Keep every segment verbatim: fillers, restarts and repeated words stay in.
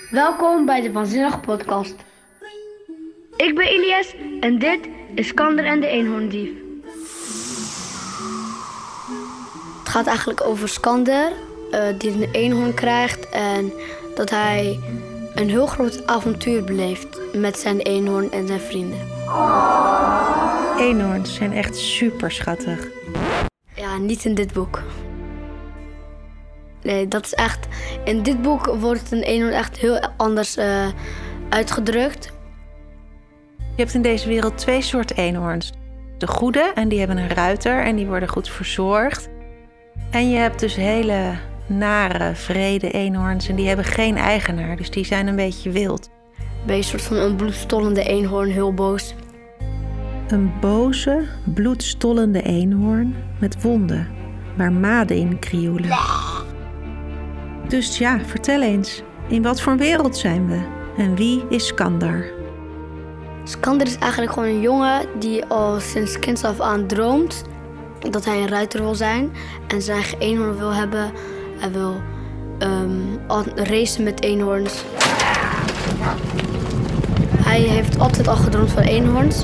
Welkom bij de Waanzinnige Podcast. Ik ben Ilias en dit is Skander en de eenhoorndief. Het gaat eigenlijk over Skander, uh, die een eenhoorn krijgt en dat hij een heel groot avontuur beleeft met zijn eenhoorn en zijn vrienden. Eenhoorns zijn echt super schattig. Ja, niet in dit boek. Nee, dat is echt... In dit boek wordt een eenhoorn echt heel anders uh, uitgedrukt. Je hebt in deze wereld twee soorten eenhoorns. De goede, en die hebben een ruiter en die worden goed verzorgd. En je hebt dus hele nare, wrede eenhoorns en die hebben geen eigenaar. Dus die zijn een beetje wild. Ben je een soort van een bloedstollende eenhoorn, heel boos. Een boze, bloedstollende eenhoorn met wonden waar maden in krioelen. Dus ja, vertel eens, in wat voor wereld zijn we? En wie is Skander? Skander is eigenlijk gewoon een jongen die al sinds kinds af aan droomt dat hij een ruiter wil zijn en zijn eigen eenhoorn wil hebben. Hij wil um, racen met eenhoorns. Hij heeft altijd al gedroomd van eenhoorns.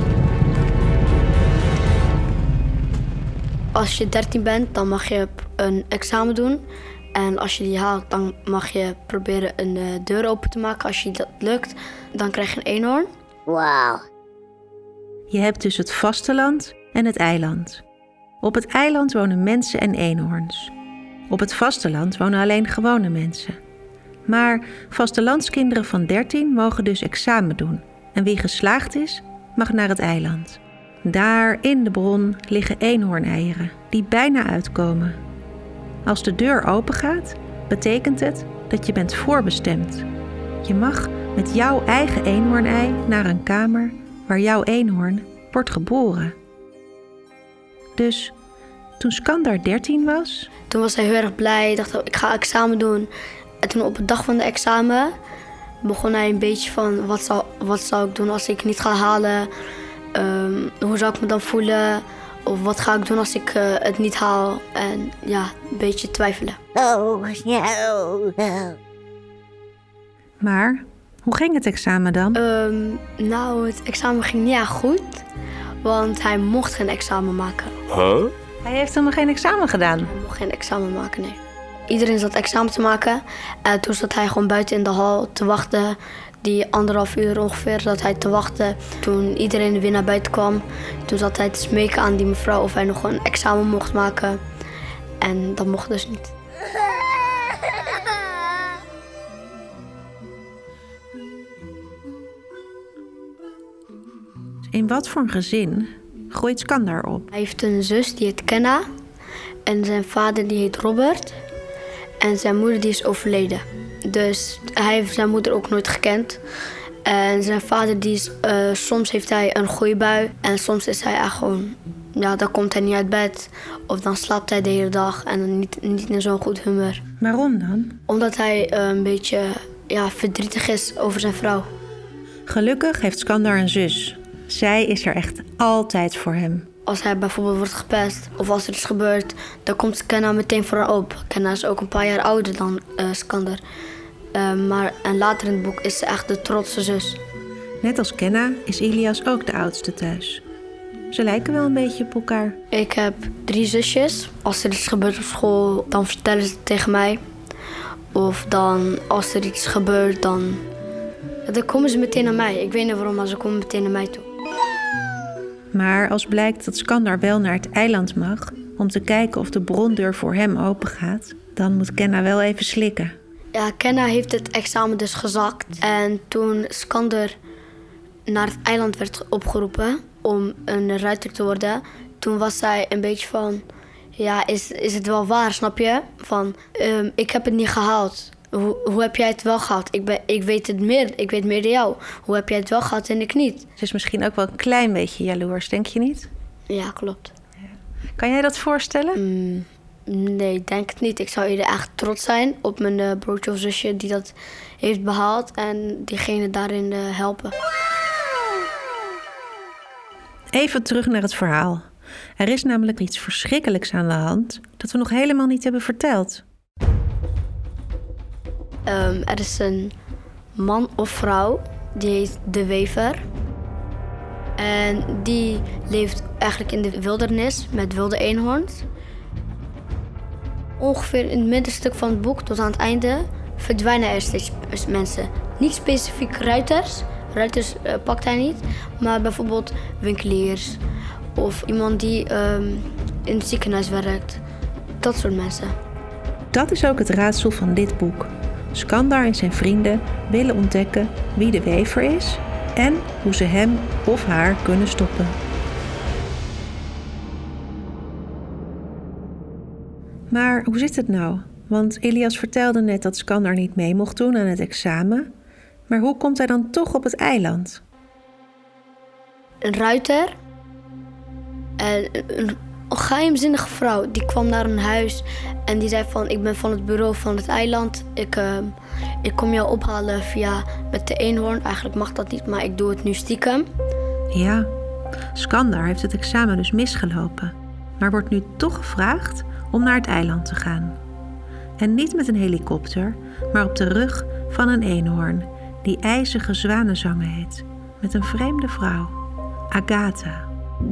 Als je dertien bent, dan mag je een examen doen. En als je die haalt, dan mag je proberen een uh, deur open te maken. Als je dat lukt, dan krijg je een eenhoorn. Wauw. Je hebt dus het vasteland en het eiland. Op het eiland wonen mensen en eenhoorns. Op het vasteland wonen alleen gewone mensen. Maar vastelandskinderen van dertien mogen dus examen doen. En wie geslaagd is, mag naar het eiland. Daar in de bron liggen eenhoorneieren die bijna uitkomen. Als de deur open gaat, betekent het dat je bent voorbestemd. Je mag met jouw eigen eenhoornei naar een kamer waar jouw eenhoorn wordt geboren. Dus toen Skander dertien was... Toen was hij heel erg blij, dacht ik ga examen doen. En toen op de dag van de examen begon hij een beetje van wat zou, wat zou ik doen als ik niet ga halen? Um, hoe zou ik me dan voelen? Of wat ga ik doen als ik uh, het niet haal? En ja, een beetje twijfelen. Oh, no. Maar hoe ging het examen dan? Um, nou, het examen ging niet echt goed. Want hij mocht geen examen maken. Huh? Hij heeft helemaal geen examen gedaan. Hij mocht geen examen maken, nee. Iedereen zat examen te maken. En toen zat hij gewoon buiten in de hal te wachten. Die anderhalf uur ongeveer zat hij te wachten. Toen iedereen weer naar buiten kwam, toen zat hij te smeken aan die mevrouw of hij nog een examen mocht maken. En dat mocht dus niet. In wat voor een gezin groeit Skander op? Hij heeft een zus die heet Kenna. En zijn vader die heet Robert. En zijn moeder die is overleden. Dus hij heeft zijn moeder ook nooit gekend. En zijn vader, die is, uh, soms heeft hij een goede bui. En soms is hij echt gewoon, ja, dan komt hij niet uit bed. Of dan slaapt hij de hele dag en dan niet, niet in zo'n goed humeur. Waarom dan? Omdat hij uh, een beetje ja, verdrietig is over zijn vrouw. Gelukkig heeft Skander een zus. Zij is er echt altijd voor hem. Als hij bijvoorbeeld wordt gepest of als er iets gebeurt, dan komt Kenna meteen voor hem op. Kenna is ook een paar jaar ouder dan uh, Skander. Uh, maar en later in het boek is ze echt de trotse zus. Net als Kenna is Ilias ook de oudste thuis. Ze lijken wel een beetje op elkaar. Ik heb drie zusjes. Als er iets gebeurt op school, dan vertellen ze het tegen mij. Of dan als er iets gebeurt, dan, dan komen ze meteen naar mij. Ik weet niet waarom, maar ze komen meteen naar mij toe. Maar als blijkt dat Skander wel naar het eiland mag om te kijken of de brondeur voor hem open gaat, dan moet Kenna wel even slikken. Ja, Kenna heeft het examen dus gezakt. En toen Skander naar het eiland werd opgeroepen om een ruiter te worden, toen was zij een beetje van, ja, is, is het wel waar, snap je? Van, um, ik heb het niet gehaald. Hoe, hoe heb jij het wel gehad? Ik, ben, ik weet het meer, ik weet meer dan jou. Hoe heb jij het wel gehad en ik niet? Ze is misschien ook wel een klein beetje jaloers, denk je niet? Ja, klopt. Ja. Kan jij dat voorstellen? Mm, nee, ik denk het niet. Ik zou eerder echt trots zijn op mijn uh, broertje of zusje die dat heeft behaald en diegene daarin uh, helpen. Even terug naar het verhaal. Er is namelijk iets verschrikkelijks aan de hand dat we nog helemaal niet hebben verteld. Um, er is een man of vrouw. Die heet de wever. En die leeft eigenlijk in de wildernis met wilde eenhoorns. Ongeveer in het middenstuk van het boek tot aan het einde verdwijnen er steeds mensen. Niet specifiek ruiters. Ruiters uh, pakt hij niet. Maar bijvoorbeeld winkeliers. Of iemand die um, in het ziekenhuis werkt. Dat soort mensen. Dat is ook het raadsel van dit boek. Skandar en zijn vrienden willen ontdekken wie de wever is en hoe ze hem of haar kunnen stoppen. Maar hoe zit het nou? Want Ilias vertelde net dat Skandar niet mee mocht doen aan het examen. Maar hoe komt hij dan toch op het eiland? Een ruiter en een geheimzinnige vrouw die kwam naar een huis en die zei van ik ben van het bureau van het eiland. Ik, uh, ik kom jou ophalen via met de eenhoorn. Eigenlijk mag dat niet, maar ik doe het nu stiekem. Ja, Skandar heeft het examen dus misgelopen, maar wordt nu toch gevraagd om naar het eiland te gaan. En niet met een helikopter, maar op de rug van een eenhoorn die ijzige zwanenzangen heet, met een vreemde vrouw, Agatha.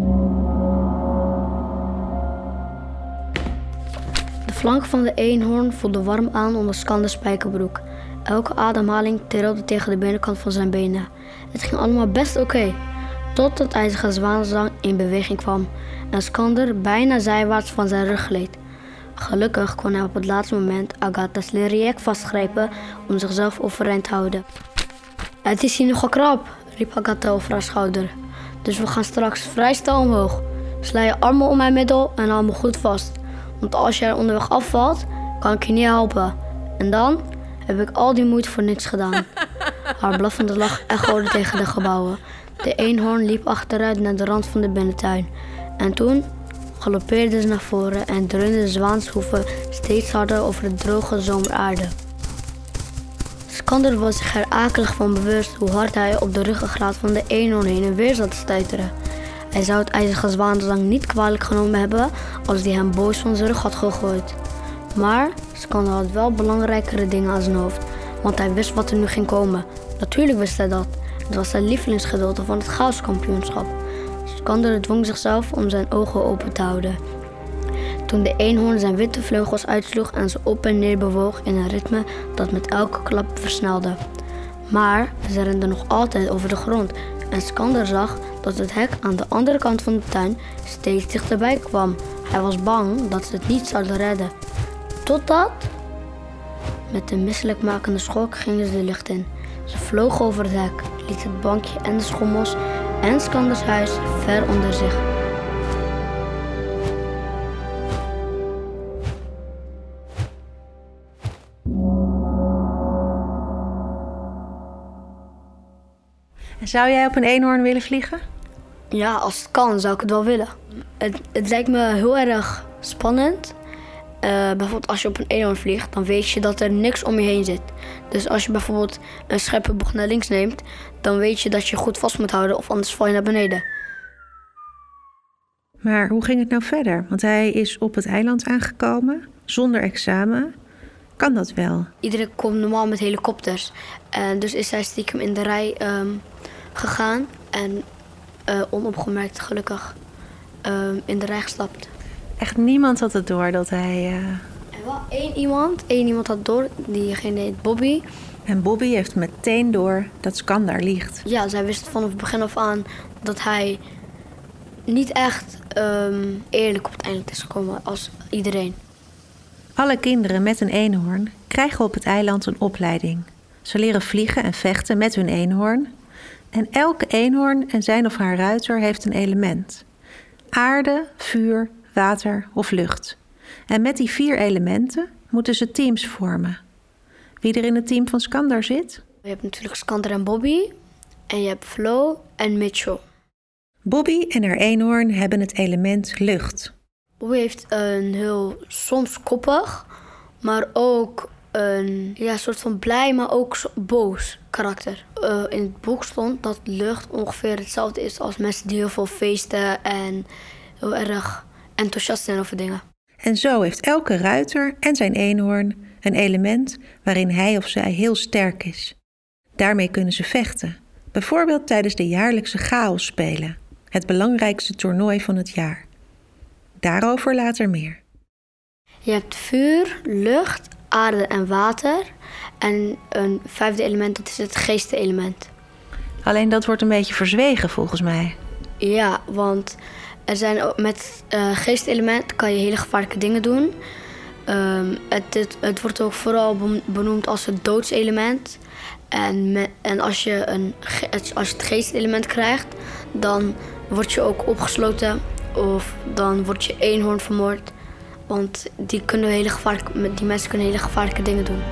De flank van de eenhoorn voelde warm aan onder Skandars spijkerbroek. Elke ademhaling trilde tegen de binnenkant van zijn benen. Het ging allemaal best oké, okay, tot het ijzige zwanenzang in beweging kwam en Skandar bijna zijwaarts van zijn rug gleed. Gelukkig kon hij op het laatste moment Agatha's leren vastgrijpen om zichzelf overeind te houden. Het is hier nogal krap, riep Agatha over haar schouder. Dus we gaan straks vrij snel omhoog. Sla je armen om mijn middel en hou me goed vast. Want als je er onderweg afvalt, kan ik je niet helpen. En dan heb ik al die moeite voor niks gedaan. Haar blaffende lach echode tegen de gebouwen. De eenhoorn liep achteruit naar de rand van de binnentuin. En toen galoppeerde ze naar voren en dreunde de zwaanshoeven steeds harder over de droge zomeraarde. Skandar was zich er akelig van bewust hoe hard hij op de ruggengraat van de eenhoorn heen en weer zat te stuiteren. Hij zou het ijzige zwanenzang niet kwalijk genomen hebben als die hem boos van zijn rug had gegooid. Maar Skandar had wel belangrijkere dingen aan zijn hoofd, want hij wist wat er nu ging komen. Natuurlijk wist hij dat. Het was zijn lievelingsgedeelte van het chaoskampioenschap. Skandar dwong zichzelf om zijn ogen open te houden. Toen de eenhoorn zijn witte vleugels uitsloeg en ze op en neer bewoog in een ritme dat met elke klap versnelde. Maar ze renden nog altijd over de grond en Skandar zag dat het hek aan de andere kant van de tuin steeds dichterbij kwam. Hij was bang dat ze het niet zouden redden. Totdat, met een misselijkmakende schok gingen ze de lucht in. Ze vlogen over het hek, lieten het bankje en de schommels en Skandars huis ver onder zich. En zou jij op een eenhoorn willen vliegen? Ja, als het kan zou ik het wel willen. Het, het lijkt me heel erg spannend. Uh, bijvoorbeeld als je op een eenhoorn vliegt, dan weet je dat er niks om je heen zit. Dus als je bijvoorbeeld een scherpe bocht naar links neemt, dan weet je dat je goed vast moet houden of anders val je naar beneden. Maar hoe ging het nou verder? Want hij is op het eiland aangekomen, zonder examen. Kan dat wel? Iedereen komt normaal met helikopters. En dus is hij stiekem in de rij um, gegaan en uh, onopgemerkt gelukkig um, in de rij gestapt. Echt niemand had het door dat hij... Uh... En wel één iemand, één iemand had door, diegene heet Bobby. En Bobby heeft meteen door dat Skandar liegt. Ja, zij wist vanaf het begin af aan dat hij niet echt um, eerlijk op het eiland is gekomen als iedereen. Alle kinderen met een eenhoorn krijgen op het eiland een opleiding. Ze leren vliegen en vechten met hun eenhoorn. En elke eenhoorn en zijn of haar ruiter heeft een element. Aarde, vuur, water of lucht. En met die vier elementen moeten ze teams vormen. Wie er in het team van Skandar zit? Je hebt natuurlijk Skandar en Bobby. En je hebt Flo en Mitchell. Bobby en haar eenhoorn hebben het element lucht. Bobby heeft een heel soms koppig, maar ook een ja, soort van blij, maar ook boos karakter. Uh, in het boek stond dat lucht ongeveer hetzelfde is als mensen die heel veel feesten en heel erg enthousiast zijn over dingen. En zo heeft elke ruiter en zijn eenhoorn een element waarin hij of zij heel sterk is. Daarmee kunnen ze vechten. Bijvoorbeeld tijdens de jaarlijkse Chaosspelen, het belangrijkste toernooi van het jaar. Daarover later meer. Je hebt vuur, lucht, aarde en water. En een vijfde element, dat is het geestelement. Alleen dat wordt een beetje verzwegen volgens mij. Ja, want er zijn ook, met uh, geestelement kan je hele gevaarlijke dingen doen. Um, het, het, het wordt ook vooral benoemd als het doodselement. En, me, en als, je een, als je het geestelement krijgt, dan word je ook opgesloten of dan wordt je eenhoorn vermoord. Want die, kunnen hele gevaarlijke, die mensen kunnen hele gevaarlijke dingen doen.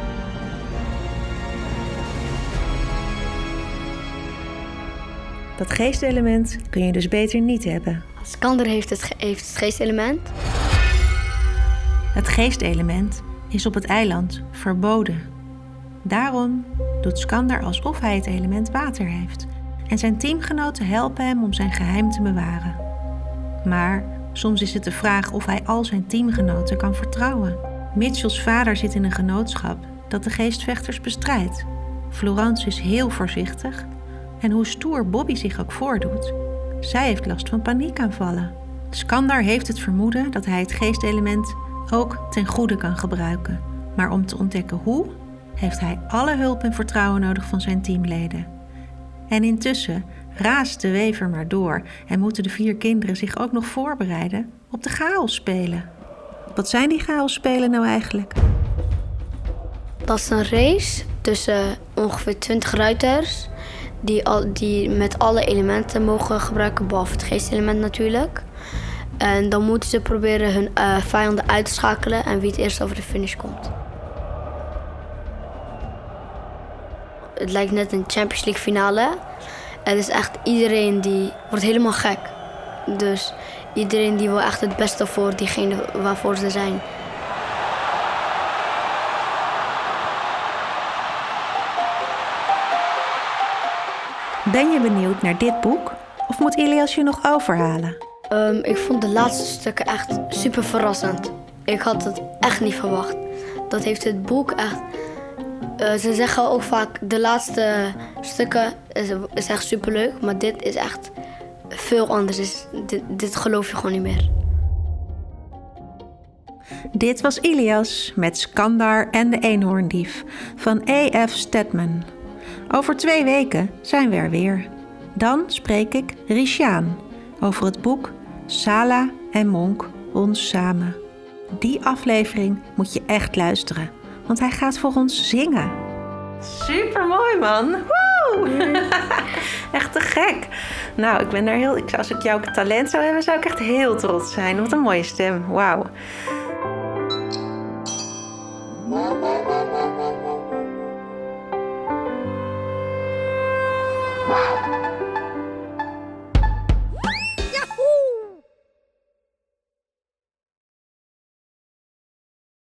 Dat geestelement kun je dus beter niet hebben. Skander heeft het, heeft het geestelement. Het geestelement is op het eiland verboden. Daarom doet Skander alsof hij het element water heeft. En zijn teamgenoten helpen hem om zijn geheim te bewaren. Maar soms is het de vraag of hij al zijn teamgenoten kan vertrouwen. Mitchells vader zit in een genootschap dat de geestvechters bestrijdt. Florence is heel voorzichtig. En hoe stoer Bobby zich ook voordoet, zij heeft last van paniekaanvallen. Skander heeft het vermoeden dat hij het geestelement ook ten goede kan gebruiken. Maar om te ontdekken hoe, heeft hij alle hulp en vertrouwen nodig van zijn teamleden. En intussen raast de wever maar door en moeten de vier kinderen zich ook nog voorbereiden op de Chaosspelen. Wat zijn die Chaosspelen nou eigenlijk? Dat is een race tussen ongeveer twintig ruiters die, al, die met alle elementen mogen gebruiken, behalve het geestelement natuurlijk. En dan moeten ze proberen hun uh, vijanden uit te schakelen en wie het eerst over de finish komt. Het lijkt net een Champions League finale. Het is echt iedereen die wordt helemaal gek. Dus iedereen die wil echt het beste voor diegene waarvoor ze zijn. Ben je benieuwd naar dit boek? Of moet Ilias je nog overhalen? Um, ik vond de laatste stukken echt super verrassend. Ik had het echt niet verwacht. Dat heeft het boek echt... Uh, ze zeggen ook vaak, de laatste stukken is, is echt superleuk. Maar dit is echt veel anders. Dus dit, dit geloof je gewoon niet meer. Dit was Ilias met Skander en de eenhoorndief van A F Stedman. Over twee weken zijn we er weer. Dan spreek ik Rishaan over het boek Sala en Monk ons samen. Die aflevering moet je echt luisteren, want hij gaat voor ons zingen. Supermooi, man. Woe! Echt te gek. Nou, ik ben daar heel... Als ik jouw talent zou hebben, zou ik echt heel trots zijn. Wat een mooie stem. Wauw.